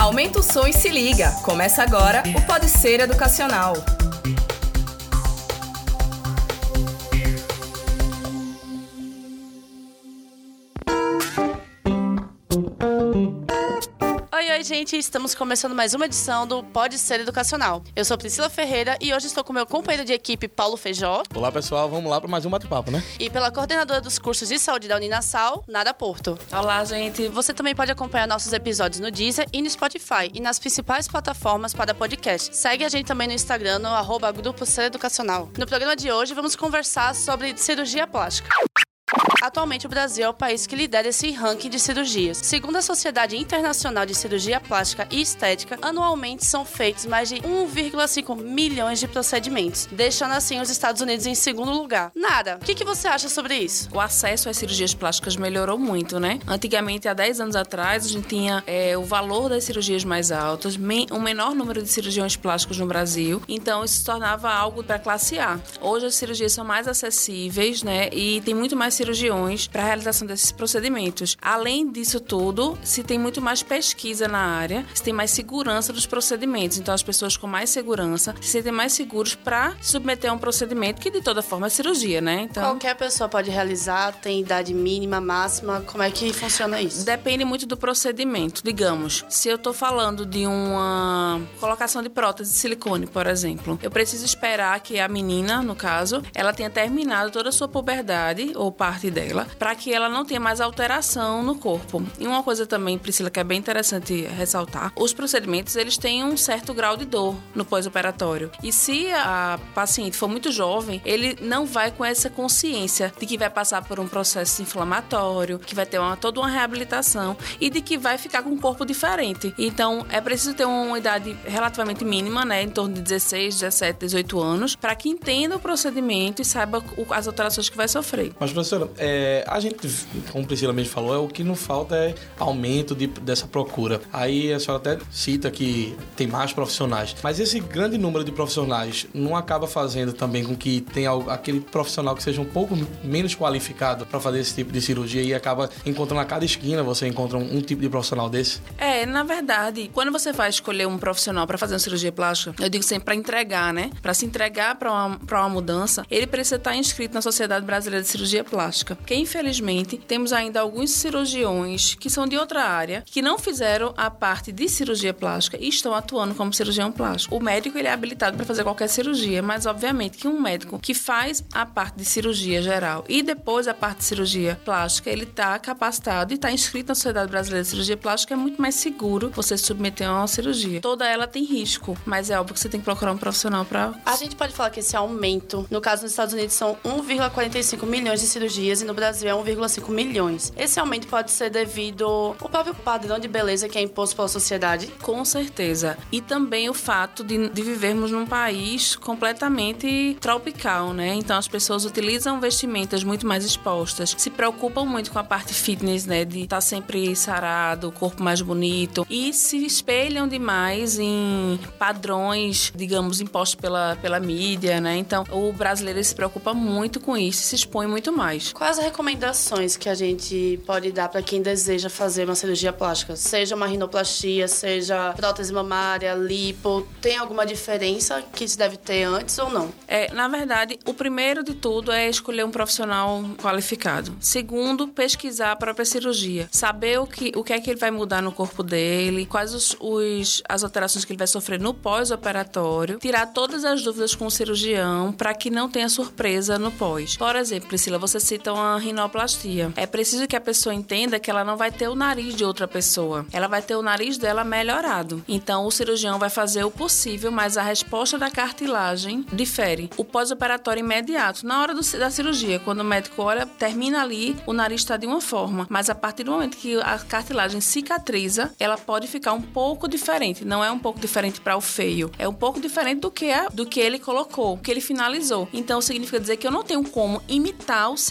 Aumenta o som e se liga. Começa agora o Pode Ser Educacional. Oi, gente, estamos começando mais uma edição do Pode Ser Educacional. Eu sou Priscila Ferreira e hoje estou com meu companheiro de equipe, Paulo Feijó. Olá, pessoal, vamos lá para mais um bate-papo, né? E pela coordenadora dos cursos de saúde da Uninasal, Nada Porto. Olá, gente. Você também pode acompanhar nossos episódios no Deezer e no Spotify e nas principais plataformas para podcast. Segue a gente também no Instagram, no @Grupo Ser Educacional. No programa de hoje, vamos conversar sobre cirurgia plástica. Atualmente, o Brasil é o país que lidera esse ranking de cirurgias. Segundo a Sociedade Internacional de Cirurgia Plástica e Estética, anualmente são feitos mais de 1,5 milhões de procedimentos, deixando assim os Estados Unidos em segundo lugar. Nada. O que você acha sobre isso? O acesso às cirurgias plásticas melhorou muito, né? Antigamente, há 10 anos atrás, a gente tinha o valor das cirurgias mais altas, um menor número de cirurgiões plásticos no Brasil, então isso se tornava algo para classe A. Hoje as cirurgias são mais acessíveis, né? E tem muito mais cirurgiões para a realização desses procedimentos. Além disso tudo, se tem muito mais pesquisa na área, se tem mais segurança dos procedimentos. Então, as pessoas com mais segurança se sentem mais seguros para submeter a um procedimento que, de toda forma, é cirurgia, né? Então, qualquer pessoa pode realizar, tem idade mínima, máxima, como é que funciona isso? Depende muito do procedimento. Digamos, se eu estou falando de uma colocação de prótese de silicone, por exemplo, eu preciso esperar que a menina, no caso, ela tenha terminado toda a sua puberdade, ou parte dela, para que ela não tenha mais alteração no corpo. E uma coisa também, Priscila, que é bem interessante ressaltar, os procedimentos, eles têm um certo grau de dor no pós-operatório. E se a paciente for muito jovem, ele não vai com essa consciência de que vai passar por um processo inflamatório, que vai ter toda uma reabilitação e de que vai ficar com um corpo diferente. Então, é preciso ter uma idade relativamente mínima, né, em torno de 16, 17, 18 anos, para que entenda o procedimento e saiba as alterações que vai sofrer. Mas, professora, a gente, como a Priscila mesmo falou, o que não falta é aumento dessa procura. Aí a senhora até cita que tem mais profissionais. Mas esse grande número de profissionais não acaba fazendo também com que tenha aquele profissional que seja um pouco menos qualificado para fazer esse tipo de cirurgia e acaba encontrando a cada esquina, você encontra um tipo de profissional desse? Na verdade, quando você vai escolher um profissional para fazer uma cirurgia plástica, eu digo sempre para entregar, né? Para se entregar para uma mudança, ele precisa estar inscrito na Sociedade Brasileira de Cirurgia Plástica. Porque, infelizmente, temos ainda alguns cirurgiões que são de outra área, que não fizeram a parte de cirurgia plástica e estão atuando como cirurgião plástico. O médico, ele é habilitado para fazer qualquer cirurgia, mas, obviamente, que um médico que faz a parte de cirurgia geral e depois a parte de cirurgia plástica, ele está capacitado e está inscrito na Sociedade Brasileira de Cirurgia Plástica, é muito mais seguro você se submeter a uma cirurgia. Toda ela tem risco, mas é óbvio que você tem que procurar um profissional para... A gente pode falar que esse aumento, no caso nos Estados Unidos, são 1,45 milhões de cirurgias e no Brasil é 1,5 milhões. Esse aumento pode ser devido ao próprio padrão de beleza que é imposto pela sociedade? Com certeza. E também o fato de vivermos num país completamente tropical, né? Então as pessoas utilizam vestimentas muito mais expostas, se preocupam muito com a parte fitness, né? De estar sempre sarado, o corpo mais bonito e se espelham demais em padrões, digamos, impostos pela mídia, né? Então o brasileiro se preocupa muito com isso e se expõe muito mais. Quais as recomendações que a gente pode dar para quem deseja fazer uma cirurgia plástica? Seja uma rinoplastia, seja prótese mamária, lipo, tem alguma diferença que se deve ter antes ou não? Na verdade, o primeiro de tudo é escolher um profissional qualificado. Segundo, pesquisar a própria cirurgia. Saber o que é que ele vai mudar no corpo dele, quais as alterações que ele vai sofrer no pós-operatório, tirar todas as dúvidas com o cirurgião para que não tenha surpresa no pós. Por exemplo, Priscila, você cita uma rinoplastia. É preciso que a pessoa entenda que ela não vai ter o nariz de outra pessoa. Ela vai ter o nariz dela melhorado. Então, o cirurgião vai fazer o possível, mas a resposta da cartilagem difere. O pós-operatório imediato, na hora da cirurgia, quando o médico olha, termina ali, o nariz está de uma forma. Mas a partir do momento que a cartilagem cicatriza, ela pode ficar um pouco diferente. Não é um pouco diferente para o feio. É um pouco diferente do que ele colocou, que ele finalizou. Então, significa dizer que eu não tenho como imitar o seu nariz.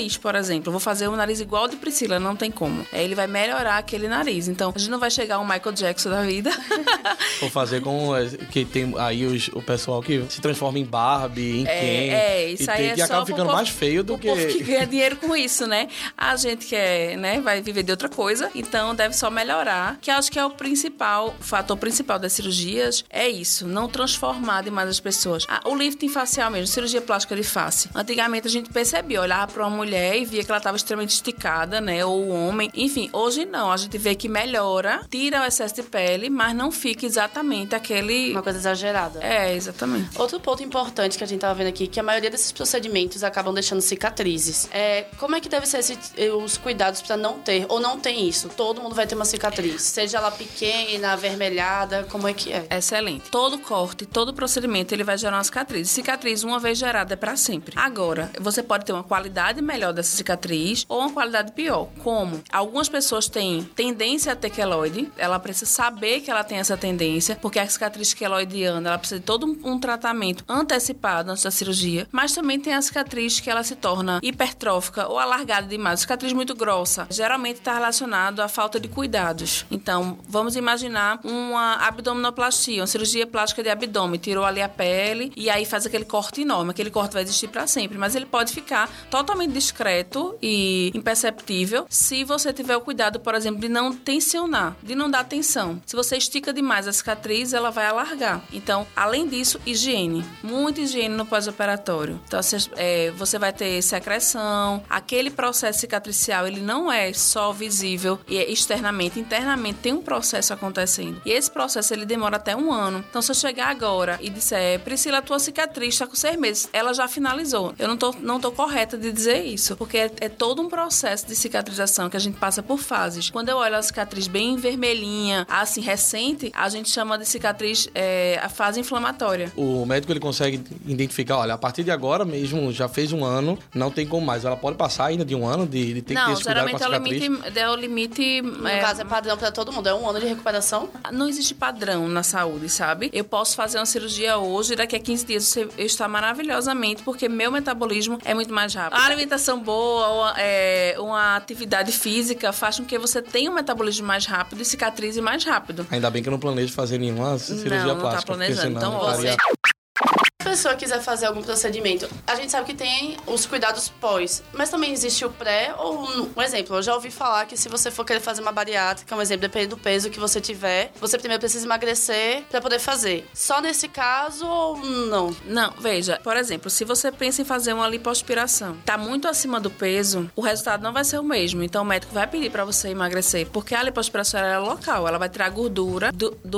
nariz, por exemplo. Eu vou fazer um nariz igual ao de Priscila, não tem como. Ele vai melhorar aquele nariz. Então, a gente não vai chegar ao Michael Jackson da vida. Vou fazer com que tem aí o pessoal que se transforma em Barbie, em Ken. Isso aí que acaba ficando mais feio do que... O povo que ganha dinheiro com isso, né? A gente que vai viver de outra coisa, então deve só melhorar, que acho que é o fator principal das cirurgias, é isso, não transformar demais as pessoas. O lifting facial mesmo, cirurgia plástica de face. Antigamente a gente percebia, olhava para uma mulher e via que ela estava extremamente esticada, né? Ou o homem. Enfim, hoje não, a gente vê que melhora, tira o excesso de pele, mas não fica exatamente aquele... Uma coisa exagerada. Exatamente. Outro ponto importante que a gente tava vendo aqui, que a maioria desses procedimentos acabam deixando cicatrizes. Como é que deve ser os cuidados para não ter, ou não tem isso? Todo mundo vai ter uma cicatriz, seja ela pequena, avermelhada, como é que é? Excelente. Todo corte, todo procedimento, ele vai gerar uma cicatriz. Cicatriz, uma vez gerada, é para sempre. Agora, você pode ter uma qualidade melhor dessa cicatriz ou uma qualidade pior. Como? Algumas pessoas têm tendência a ter queloide, ela precisa saber que ela tem essa tendência, porque a cicatriz queloidiana, ela precisa de todo um tratamento antecipado antes da cirurgia, mas também tem a cicatriz que ela se torna hipertrófica ou alargada demais, cicatriz muito grossa. Geralmente está relacionado à falta de cuidados. Então, vamos imaginar uma abdominoplastia, uma cirurgia plástica de abdômen, tirou ali a pele e aí faz aquele corte enorme. Aquele corte vai existir para sempre, mas ele pode ficar totalmente discreto e imperceptível se você tiver o cuidado, por exemplo, de não tensionar, de não dar tensão. Se você estica demais a cicatriz, ela vai alargar. Então, além disso, higiene. Muita higiene no pós-operatório. Então, você vai ter secreção. Aquele processo cicatricial, ele não é só visível e externamente. Internamente tem um processo acontecendo. E esse processo, ele demora até 1 ano. Então, se eu chegar agora e disser, Priscila, a tua cicatriz está com 6 meses, ela já finalizou. Eu não tô correta de dizer isso, porque é todo um processo de cicatrização que a gente passa por fases. Quando eu olho a cicatriz bem vermelhinha, assim, recente, a gente chama de cicatriz a fase inflamatória. O médico, ele consegue identificar, olha, a partir de agora mesmo, já fez 1 ano, não tem como mais. Ela pode passar ainda de 1 ano, de ter que ter esse cuidado com a cicatriz? Não, geralmente é o limite... No caso, é padrão para todo mundo, é 1 ano de recuperação? Não existe padrão na saúde, sabe? Eu posso fazer uma cirurgia hoje, daqui a 15 dias eu estou maravilhosamente, porque meu metabolismo é muito mais rápido. A alimentação boa, uma atividade física faz com que você tenha um metabolismo mais rápido e cicatrize mais rápido. Ainda bem que eu não planejo fazer nenhuma cirurgia plástica. Não tá planejando. Então, você... Se a pessoa quiser fazer algum procedimento, a gente sabe que tem os cuidados pós, mas também existe o pré ou um exemplo. Eu já ouvi falar que se você for querer fazer uma bariátrica, um exemplo, dependendo do peso que você tiver, você primeiro precisa emagrecer pra poder fazer. Só nesse caso ou não? Não, veja, por exemplo, se você pensa em fazer uma lipoaspiração, tá muito acima do peso, o resultado não vai ser o mesmo. Então o médico vai pedir pra você emagrecer, porque a lipoaspiração é local, ela vai tirar a gordura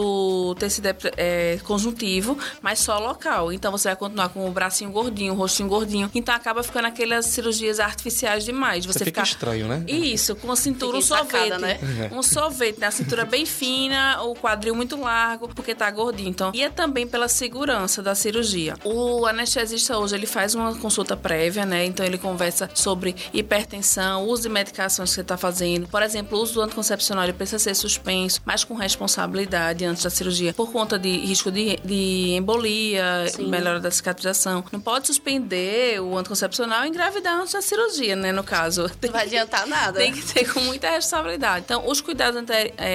do tecido conjuntivo, mas só local. Então você vai continuar com o bracinho gordinho, o rostinho gordinho. Então acaba ficando aquelas cirurgias artificiais demais. Você fica estranho, né? Isso, com a cintura, um sorvete. Né? Um sorvete, né? A cintura bem fina, o quadril muito largo, porque tá gordinho. Então, e é também pela segurança da cirurgia. O anestesista hoje, ele faz uma consulta prévia, né? Então ele conversa sobre hipertensão, uso de medicações que você tá fazendo. Por exemplo, o uso do anticoncepcional, ele precisa ser suspenso, mas com responsabilidade antes da cirurgia, por conta de risco de embolia, melhora da cicatrização. Não pode suspender o anticoncepcional e engravidar antes da cirurgia, né, no caso. Não vai adiantar nada. Tem que ter com muita responsabilidade. Então, os cuidados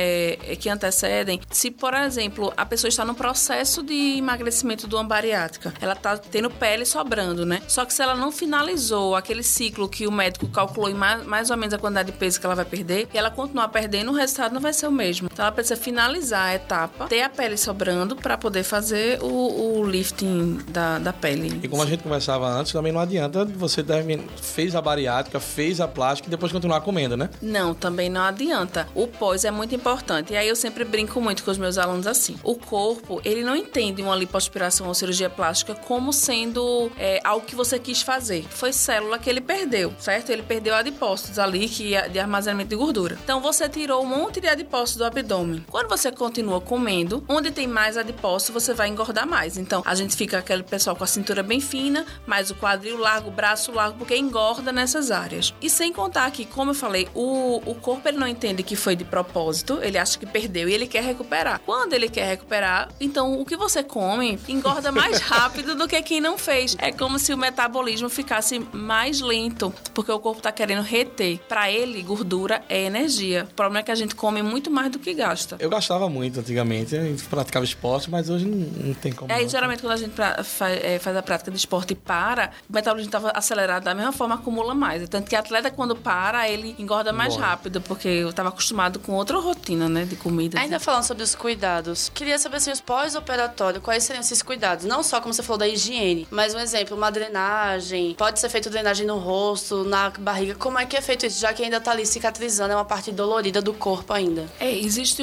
que antecedem, se, por exemplo, a pessoa está no processo de emagrecimento de uma bariátrica, ela está tendo pele sobrando, né? Só que se ela não finalizou aquele ciclo que o médico calculou em mais ou menos a quantidade de peso que ela vai perder, e ela continuar perdendo, o resultado não vai ser o mesmo. Então, ela precisa finalizar a etapa, ter a pele sobrando para poder fazer o lifting da pele. E como a gente conversava antes, também não adianta você fez a bariátrica, fez a plástica e depois continuar comendo, né? Não, também não adianta. O pós é muito importante. E aí eu sempre brinco muito com os meus alunos assim. O corpo, ele não entende uma lipoaspiração ou cirurgia plástica como sendo algo que você quis fazer. Foi célula que ele perdeu, certo? Ele perdeu adipócitos ali, de armazenamento de gordura. Então você tirou um monte de adipócitos do abdômen. Quando você continua comendo, onde tem mais adipócitos, você vai engordar mais. Então a gente fica aquele pessoal com a cintura bem fina, mas o quadril largo, o braço largo, porque engorda nessas áreas. E sem contar que, como eu falei, o corpo ele não entende que foi de propósito, ele acha que perdeu e ele quer recuperar. Quando ele quer recuperar, então o que você come engorda mais rápido do que quem não fez. É como se o metabolismo ficasse mais lento, porque o corpo tá querendo reter. Para ele, gordura é energia. O problema é que a gente come muito mais do que gasta. Eu gastava muito antigamente, eu praticava esporte, mas hoje não tem como. Geralmente quando a gente faz a prática de esporte e para, o metabolismo estava acelerado da mesma forma, acumula mais. Tanto que atleta, quando para, ele engorda mais rápido, porque eu estava acostumado com outra rotina, né, de comida. Ainda falando sobre os cuidados, queria saber assim, os pós-operatórios, quais seriam esses cuidados? Não só, como você falou, da higiene, mas um exemplo, uma drenagem, pode ser feito drenagem no rosto, na barriga, como é que é feito isso? Já que ainda tá ali cicatrizando, é uma parte dolorida do corpo ainda. Existe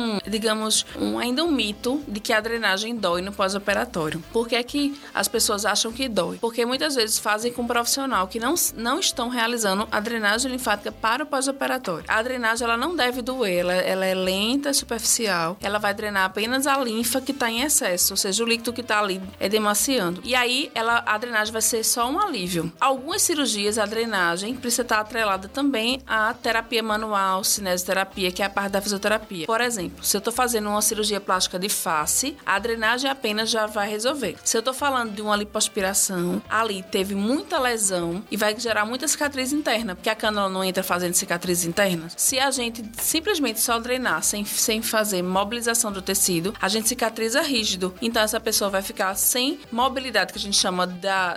ainda um mito de que a drenagem dói no pós-operatório. Por que é que as pessoas acham que dói? Porque muitas vezes fazem com um profissional que não estão realizando a drenagem linfática para o pós-operatório. A drenagem, ela não deve doer, ela é lenta, superficial, ela vai drenar apenas a linfa que está em excesso, ou seja, o líquido que está ali é demasiando. E aí, a drenagem vai ser só um alívio. Algumas cirurgias, a drenagem precisa estar atrelada também à terapia manual, cinesioterapia, que é a parte da fisioterapia. Por exemplo, se eu estou fazendo uma cirurgia plástica de face, a drenagem apenas já vai resolver. Se eu estou falando de uma lipoaspiração, ali teve muita lesão e vai gerar muita cicatriz interna, porque a cânula não entra fazendo cicatrizes internas. Se a gente simplesmente só drenar sem fazer mobilização do tecido, a gente cicatriza rígido. Então essa pessoa vai ficar sem mobilidade, que a gente chama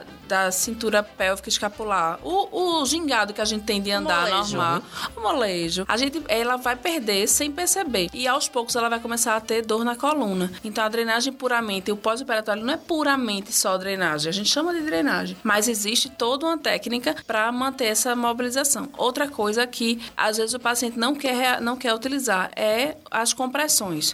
da cintura pélvica escapular. O gingado que a gente tem de andar normal. O molejo. Ela vai perder sem perceber. E aos poucos ela vai começar a ter dor na coluna. Então a drenagem puramente, o pós-operatório não é puramente só drenagem. A gente chama de drenagem. Mas existe toda uma técnica para manter essa mobilização. Outra coisa que às vezes o paciente não quer utilizar é as compressões.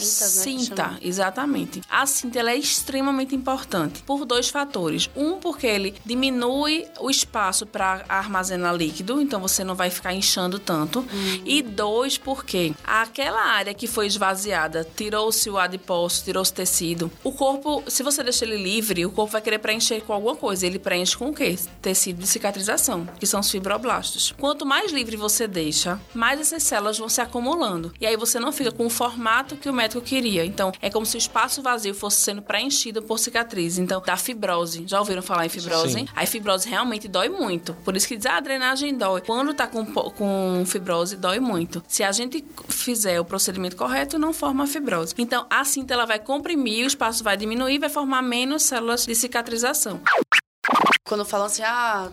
Cinta, exatamente. A cinta ela é extremamente importante por dois fatores. Um, porque ele diminui o espaço para armazenar líquido, então você não vai ficar inchando tanto. E dois, porque aquela área que foi esvaziada, tirou-se o adipócito, tirou-se o tecido. O corpo, se você deixa ele livre, o corpo vai querer preencher com alguma coisa. Ele preenche com o quê? Tecido de cicatrização, que são os fibroblastos. Quanto mais livre você deixa, mais essas células vão se acumulando. E aí você não fica com o formato que o médico queria. Então, é como se o espaço vazio fosse sendo preenchido por cicatriz. Então, da fibrose. Já ouviram falar em fibrose? Sim. A fibrose realmente dói muito. Por isso que diz, a drenagem dói. Quando tá com fibrose, dói muito. Se a gente fizer o procedimento correto, não forma a fibrose. Então, a cinta ela vai comprimir, o espaço vai diminuir, vai formar menos células de cicatrização. Quando falam assim,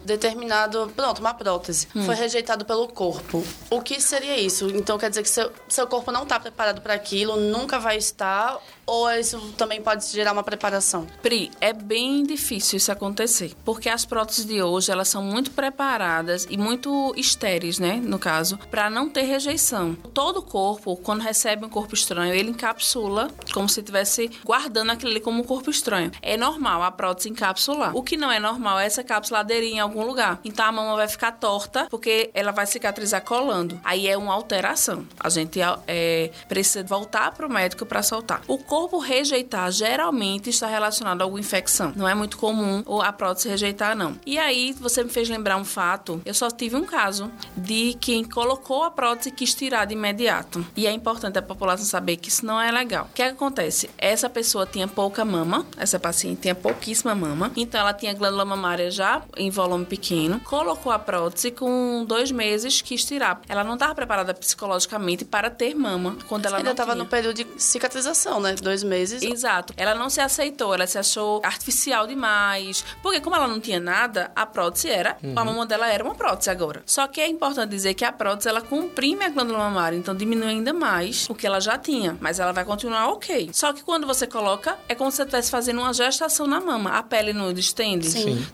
uma prótese, foi rejeitado pelo corpo. O que seria isso? Então quer dizer que seu corpo não está preparado para aquilo, nunca vai estar, ou isso também pode gerar uma preparação? Pri, é bem difícil isso acontecer, porque as próteses de hoje, elas são muito preparadas e muito estéreis, né, no caso, para não ter rejeição. Todo o corpo, quando recebe um corpo estranho, ele encapsula, como se estivesse guardando aquilo ali como um corpo estranho. É normal a prótese encapsular. O que não é normal é essa cápsula aderir em algum lugar. Então a mama vai ficar torta, porque ela vai cicatrizar colando. Aí é uma alteração. A gente precisa voltar para o médico para soltar. O corpo rejeitar geralmente está relacionado a alguma infecção. Não é muito comum a prótese rejeitar, não. E aí, você me fez lembrar um fato. Eu só tive um caso de quem colocou a prótese e quis tirar de imediato. E é importante a população saber que isso não é legal. O que acontece? Essa pessoa tinha pouca mama, essa paciente tinha pouquíssima mama, então ela tinha glândula mamária já em volume pequeno, colocou a prótese, com 2 meses quis tirar. Ela não estava preparada psicologicamente para ter mama quando ela ainda não estava tinha. no período de cicatrização, né? 2 meses. Exato. Ela não se aceitou, ela se achou artificial demais. Porque como ela não tinha nada, a prótese a mama dela era uma prótese agora. Só que é importante dizer que a prótese, ela comprime a glândula mamária, então diminui ainda mais o que ela já tinha. Mas ela vai continuar ok. Só que quando você coloca, é como se você estivesse fazendo uma gestação na mama. A pele não distende. Sim. Então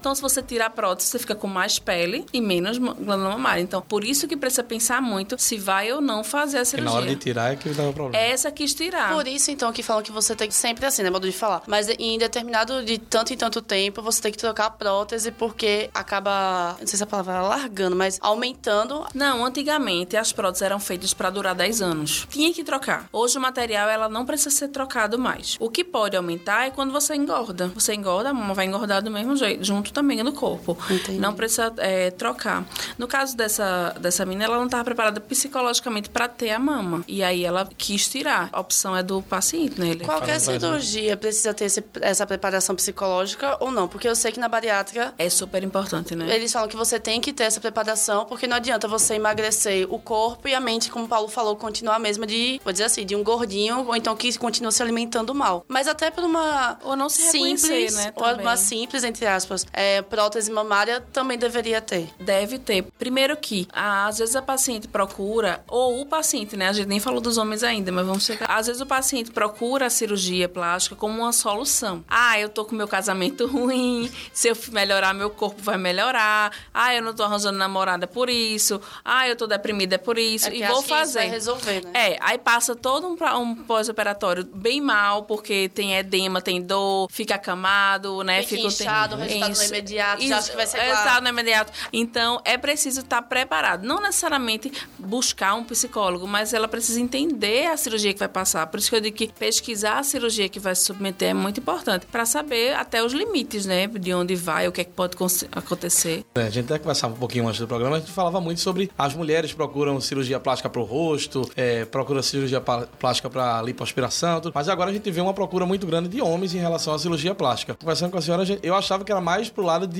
Então, se você tira a prótese, você fica com mais pele e menos glândula mamária. Então, por isso que precisa pensar muito se vai ou não fazer a cirurgia. E na hora de tirar é que dá o problema. Essa quis tirar. Por isso, então, que falam que você tem que sempre assim, né? Modo de falar. Mas em determinado de tanto em tanto tempo, você tem que trocar a prótese porque acaba, não sei se a palavra é largando, mas aumentando. Não, antigamente as próteses eram feitas para durar 10 anos. Tinha que trocar. Hoje o material ela não precisa ser trocado mais. O que pode aumentar é quando você engorda. Você engorda, a mama vai engordar do mesmo jeito, junto também no corpo. Entendi. Não precisa trocar. No caso dessa menina, ela não estava preparada psicologicamente para ter a mama. E aí ela quis tirar. A opção é do paciente, né? Qualquer cirurgia precisa ter essa preparação psicológica ou não? Porque eu sei que na bariátrica é super importante, né? eles falam que você tem que ter essa preparação, porque não adianta você emagrecer o corpo e a mente, como o Paulo falou, continuar a mesma de, vou dizer assim, de um gordinho, ou então que continua se alimentando mal. Mas até por uma ou não se simples, né, ou uma simples, entre aspas, prótese mamária também deveria ter. Deve ter. Primeiro que, às vezes a paciente procura, ou o paciente, né? A gente nem falou dos homens ainda, mas vamos chegar. Às vezes o paciente procura a cirurgia plástica como uma solução. Eu tô com meu casamento ruim, se eu melhorar meu corpo vai melhorar. Eu não tô arranjando namorada por isso. Eu tô deprimida por isso. E vou fazer. Isso vai resolver, né? Aí passa todo um pós-operatório bem mal, porque tem edema, tem dor, fica acamado, né? Fica inchado, o resultado não é imediato, já acha que vai ser claro. Resultado não é imediato. Então, é preciso estar preparado. Não necessariamente buscar um psicólogo, mas ela precisa entender a cirurgia que vai passar. Por isso que eu digo que pesquisar a cirurgia que vai se submeter é muito importante, para saber até os limites, né? De onde vai, o que é que pode acontecer. A gente até conversava um pouquinho antes do programa, a gente falava muito sobre as mulheres procuram cirurgia plástica para o rosto, procuram cirurgia plástica para lipoaspiração, tudo. Mas agora a gente vê uma procura muito grande de homens em relação à cirurgia plástica. Conversando com a senhora, eu achava que era mais pro lado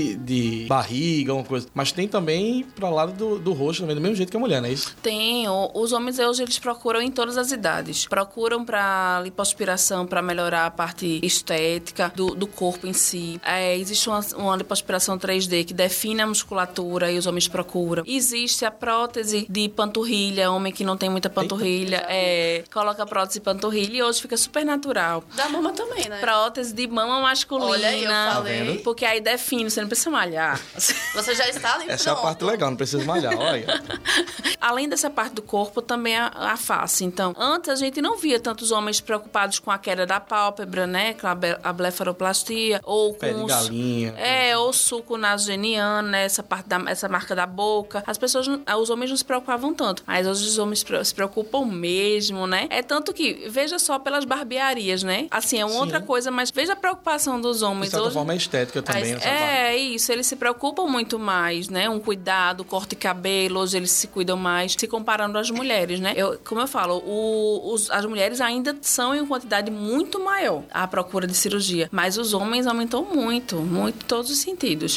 de barriga, alguma coisa. Mas tem também pro lado do rosto também, do mesmo jeito que a mulher, não é isso? Tem. Os homens hoje, eles procuram em todas as idades. Procuram para lipoaspiração, para melhorar a parte estética do corpo em si. Existe uma lipoaspiração 3D que define a musculatura e os homens procuram. Existe a prótese de panturrilha, homem que não tem muita panturrilha, coloca a prótese de panturrilha e hoje fica super natural. Da mama também, né? Prótese de mama masculina. Olha aí, eu falei. Porque aí define, você não precisa malhar. Você já está ali. Essa é a parte legal, não precisa malhar, olha. Além dessa parte do corpo, também a face. Então, antes a gente não via tantos homens preocupados com a queda da pálpebra, né? Com a blefaroplastia, ou com pé de galinha. ou suco nasogeniano, né? Essa marca da boca. Os homens não se preocupavam tanto. Mas hoje os homens se preocupam mesmo, né? É tanto que, veja só pelas barbearias, né? Assim, é uma outra coisa, mas veja a preocupação dos homens. De certa forma é estética também. Isso. Eles se preocupam muito mais, né? Um cuidado, corte de cabelo, hoje eles se cuidam mais, se comparando às mulheres, né? Como eu falo, as mulheres ainda são em quantidade muito maior à procura de cirurgia, mas os homens aumentou muito, muito em todos os sentidos.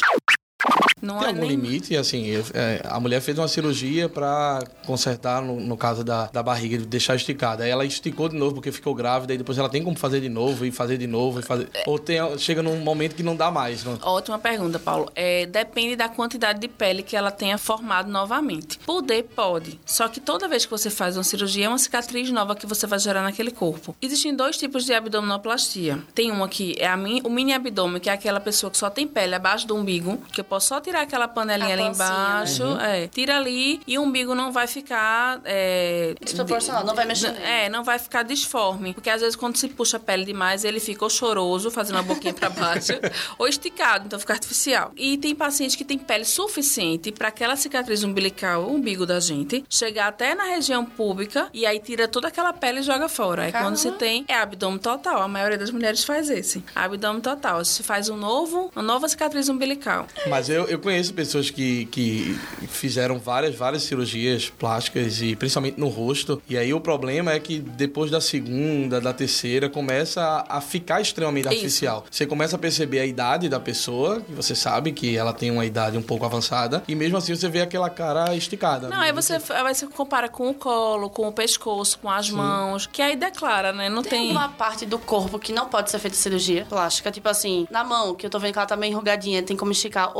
Não tem algum limite? Assim, a mulher fez uma cirurgia para consertar, no caso da barriga, deixar esticada. Aí ela esticou de novo porque ficou grávida e depois ela tem como fazer de novo e fazer de novo. Ou chega num momento que não dá mais. Não? Ótima pergunta, Paulo. Depende da quantidade de pele que ela tenha formado novamente. Pode. Só que toda vez que você faz uma cirurgia, é uma cicatriz nova que você vai gerar naquele corpo. Existem 2 tipos de abdominoplastia. Tem uma que é o mini abdômen, que é aquela pessoa que só tem pele abaixo do umbigo, que eu posso só tirar aquela panelinha ali embaixo, tira ali e o umbigo não vai ficar desproporcional, não vai mexer. Não vai ficar disforme, porque às vezes quando se puxa a pele demais, ele fica ou choroso, fazendo a boquinha pra baixo, ou esticado, então fica artificial. E tem pacientes que têm pele suficiente para aquela cicatriz umbilical, o umbigo da gente, chegar até na região púbica e aí tira toda aquela pele e joga fora. Aí quando se tem, abdômen total. A maioria das mulheres faz esse. Abdômen total. Se faz uma nova cicatriz umbilical. Mas eu conheço pessoas que fizeram várias cirurgias plásticas e principalmente no rosto. E aí o problema é que depois da segunda, da terceira, começa a ficar extremamente artificial. Você começa a perceber a idade da pessoa, que você sabe que ela tem uma idade um pouco avançada, e mesmo assim você vê aquela cara esticada. Não, aí você compara com o colo, com o pescoço, com as mãos, que aí declara, né? Não tem uma parte do corpo que não pode ser feita cirurgia plástica, tipo assim, na mão, que eu tô vendo que ela tá meio enrugadinha, tem como esticar, ou qualquer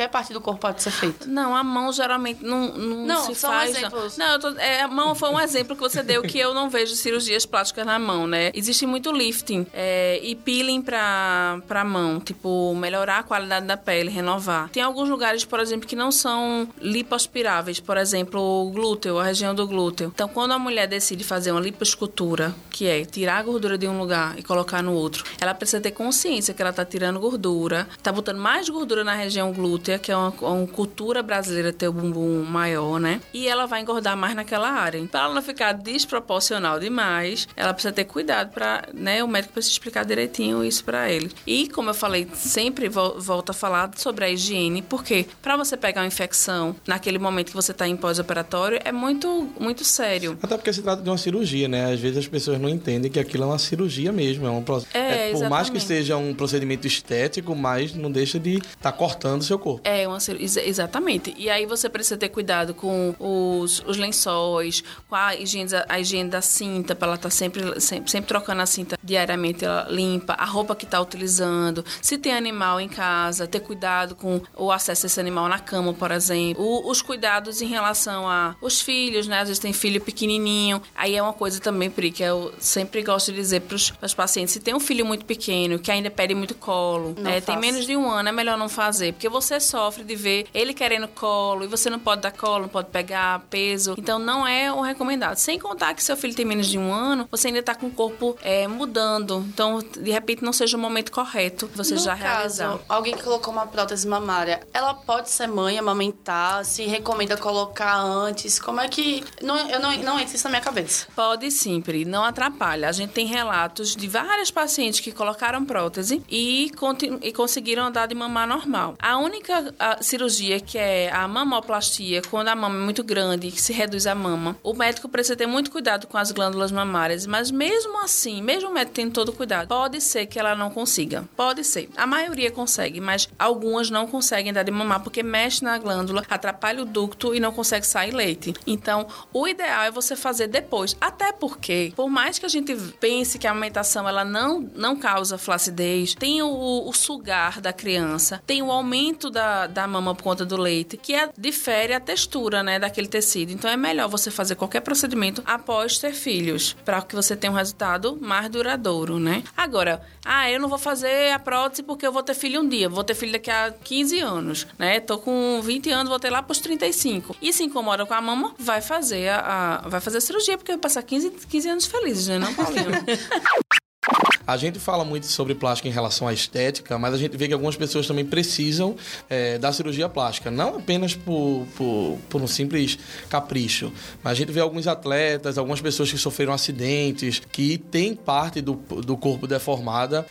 qualquer parte do corpo pode ser feito? Não, a mão geralmente não se são faz. exemplos. Não, a mão foi um exemplo que você deu que eu não vejo cirurgias plásticas na mão, né? Existe muito lifting e peeling pra mão, tipo, melhorar a qualidade da pele, renovar. Tem alguns lugares, por exemplo, que não são lipoaspiráveis, por exemplo, o glúteo, a região do glúteo. Então, quando a mulher decide fazer uma lipoescultura, que é tirar a gordura de um lugar e colocar no outro, ela precisa ter consciência que ela tá tirando gordura, tá botando mais gordura na região glútea, que é uma cultura brasileira ter o bumbum maior, né? E ela vai engordar mais naquela área. Para ela não ficar desproporcional demais, ela precisa ter cuidado para, né, o médico precisa explicar direitinho isso para ele. E, como eu falei, sempre volto a falar sobre a higiene, porque para você pegar uma infecção naquele momento que você tá em pós-operatório, é muito, muito sério. Até porque se trata de uma cirurgia, né? Às vezes as pessoas não entendem que aquilo é uma cirurgia mesmo. Por mais que seja um procedimento estético, mas não deixa de estar cortando o seu corpo. Exatamente. E aí você precisa ter cuidado com os lençóis, com a higiene da cinta, para ela estar sempre trocando a cinta diariamente, ela limpa, a roupa que está utilizando. Se tem animal em casa, ter cuidado com o acesso a esse animal na cama, por exemplo. Os cuidados em relação a os filhos, né? Às vezes tem filho pequenininho. Aí é uma coisa também, Pri, que eu sempre gosto de dizer para os pacientes, se tem um filho muito pequeno, que ainda pede muito colo, tem menos de 1 ano, é melhor não fazer, porque você sofre de ver ele querendo colo, e você não pode dar colo, não pode pegar peso, então não é o recomendado. Sem contar que seu filho tem menos de 1 ano, você ainda está com o corpo mudando, então de repente não seja o momento correto você já realizar. No caso, alguém que colocou uma prótese mamária, ela pode ser mãe, amamentar, se recomenda colocar antes, como é que... Não entra isso na minha cabeça. Pode sim, Pri, não atrapalha. A gente tem relatos de várias pacientes que colocaram prótese e conseguiram andar de mamar normal. A única cirurgia que é a mamoplastia, quando a mama é muito grande, que se reduz a mama, o médico precisa ter muito cuidado com as glândulas mamárias, mas mesmo assim, mesmo o médico tendo todo cuidado, pode ser que ela não consiga. Pode ser. A maioria consegue, mas algumas não conseguem dar de mamar porque mexe na glândula, atrapalha o ducto e não consegue sair leite. Então, o ideal é você fazer depois. Até porque, por mais que a gente pense que a amamentação ela não causa flacidez, tem o sugar da criança, tem o aumento da mama por conta do leite, que difere a textura, né, daquele tecido. Então, é melhor você fazer qualquer procedimento após ter filhos, para que você tenha um resultado mais duradouro, né? Agora, eu não vou fazer a prótese porque eu vou ter filho um dia, vou ter filho daqui a 15 anos, né? Tô com 20 anos, vou ter lá pros 35. E se incomoda com a mama, vai fazer a cirurgia, porque vai passar 15 anos felizes, né? Não, Paulinho? A gente fala muito sobre plástica em relação à estética, mas a gente vê que algumas pessoas também precisam da cirurgia plástica. Não apenas por um simples capricho, mas a gente vê alguns atletas, algumas pessoas que sofreram acidentes, que têm parte do corpo deformada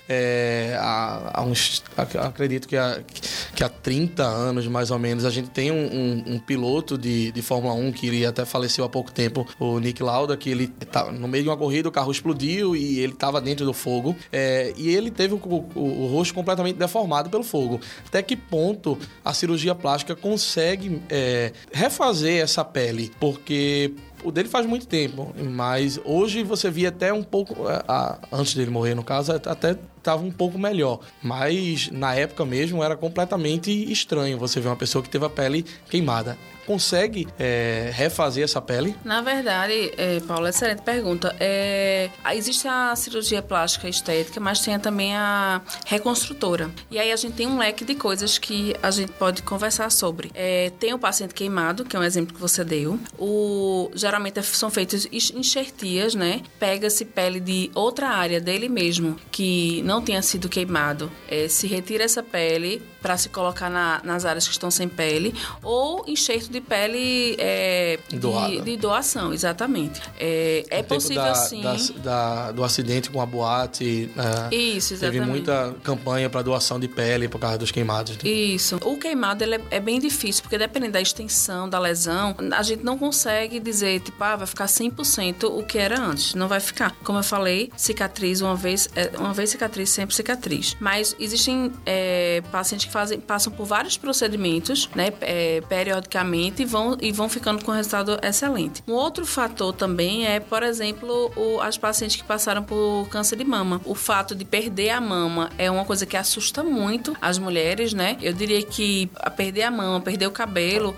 acredito que há 30 anos, mais ou menos. A gente tem um piloto de Fórmula 1 que ele até faleceu há pouco tempo, o Nick Lauda, que ele tá no meio de uma corrida, o carro explodiu e ele estava dentro do fogo. E ele teve o rosto completamente deformado pelo fogo. Até que ponto a cirurgia plástica consegue refazer essa pele? Porque o dele faz muito tempo, mas hoje você via até um pouco... antes dele morrer, no caso, até estava um pouco melhor. Mas na época mesmo era completamente estranho você ver uma pessoa que teve a pele queimada. Consegue refazer essa pele? Na verdade, Paulo, excelente pergunta. Existe a cirurgia plástica estética, mas tem também a reconstrutora. E aí a gente tem um leque de coisas que a gente pode conversar sobre. Tem o paciente queimado, que é um exemplo que você deu. Geralmente são feitas enxertias, né? Pega-se pele de outra área dele mesmo, que não tenha sido queimado. Se retira essa pele para se colocar nas áreas que estão sem pele, ou enxerto de pele de doação, exatamente. É possível sim. Do acidente com a boate. Isso, exatamente. Teve muita campanha para doação de pele por causa dos queimados. Né? Isso. O queimado ele é bem difícil, porque dependendo da extensão da lesão, a gente não consegue dizer, tipo, vai ficar 100% o que era antes. Não vai ficar. Como eu falei, cicatriz uma vez cicatriz, sempre cicatriz. Mas existem pacientes que passam por vários procedimentos, né, periodicamente e vão ficando com resultado excelente. Um outro fator também é, por exemplo, as pacientes que passaram por câncer de mama. O fato de perder a mama é uma coisa que assusta muito as mulheres, né? Eu diria que perder a mama, perder o cabelo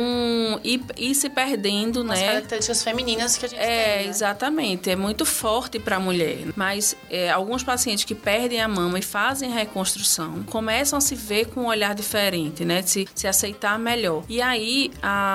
ir se perdendo, As né? características femininas que a gente tem, né? Exatamente. É muito forte para a mulher. Mas alguns pacientes que perdem a mama e fazem reconstrução começam a se ver com um olhar diferente, né? De se aceitar melhor. E aí,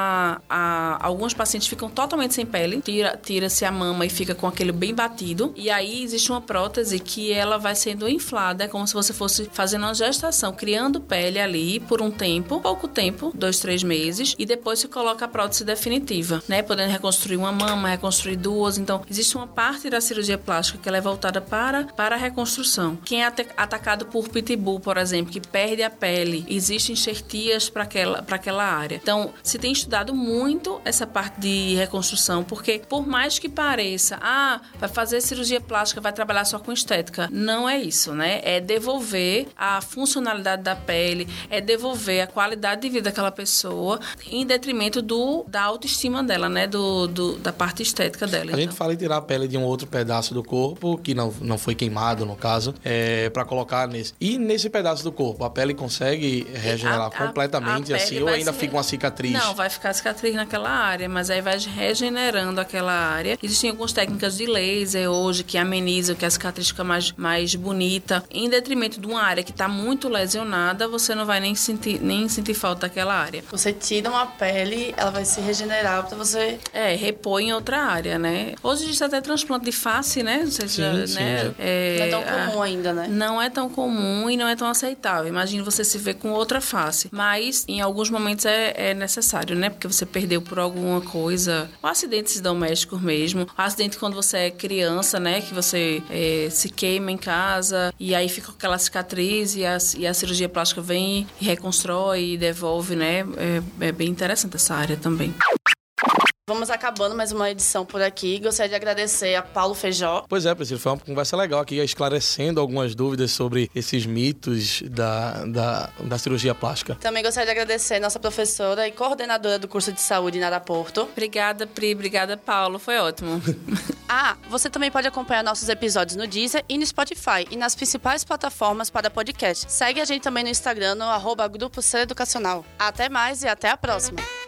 alguns pacientes ficam totalmente sem pele, tira-se a mama e fica com aquele bem batido. E aí, existe uma prótese que ela vai sendo inflada, é como se você fosse fazendo uma gestação, criando pele ali por um tempo, pouco tempo, 2-3 meses, e depois se coloca a prótese definitiva, né? Podendo reconstruir uma mama, reconstruir duas. Então, existe uma parte da cirurgia plástica que ela é voltada para a reconstrução. Quem é atacado por pitbull, por exemplo, que perde a pele, existem enxertias para aquela área. Então, se tem estudado muito essa parte de reconstrução, porque por mais que pareça, vai fazer cirurgia plástica, vai trabalhar só com estética. Não é isso, né? É devolver a funcionalidade da pele, é devolver a qualidade de vida daquela pessoa em detrimento da autoestima dela, né? Da parte estética dela. A gente fala em tirar a pele de um outro pedaço do corpo, que não foi queimado, no caso, para colocar nesse. E nesse pedaço do corpo, a pele consegue regenerar completamente, assim, ou ainda fica uma cicatriz? Não, vai ficar cicatriz naquela área, mas aí vai regenerando aquela área. Existem algumas técnicas de laser hoje que amenizam, que a cicatriz fica mais bonita. Em detrimento de uma área que está muito lesionada, você não vai nem sentir falta daquela área. Você tira uma pele, ela vai se regenerar pra você... repõe em outra área, né? Hoje existe até transplante de face, né? Não sei se não é tão comum ainda, né? Não é tão comum e não é tão aceitável. Imagina você se ver com outra face. Mas, em alguns momentos, é necessário, né? Porque você perdeu por alguma coisa. Ou acidentes domésticos mesmo. Acidente quando você é criança, né? Que você se queima em casa e aí fica com aquela cicatriz e a cirurgia plástica vem e reconstrói e devolve, né? É bem interessante essa área também. Vamos acabando mais uma edição por aqui. Gostaria de agradecer a Paulo Feijó. Pois é, Priscila, foi uma conversa legal aqui, esclarecendo algumas dúvidas sobre esses mitos da cirurgia plástica. Também gostaria de agradecer a nossa professora e coordenadora do curso de saúde em Araporto. Obrigada, Pri. Obrigada, Paulo. Foi ótimo. Você também pode acompanhar nossos episódios no Deezer e no Spotify e nas principais plataformas para podcast. Segue a gente também no Instagram, no @Grupo Ser Educacional. Até mais e até a próxima!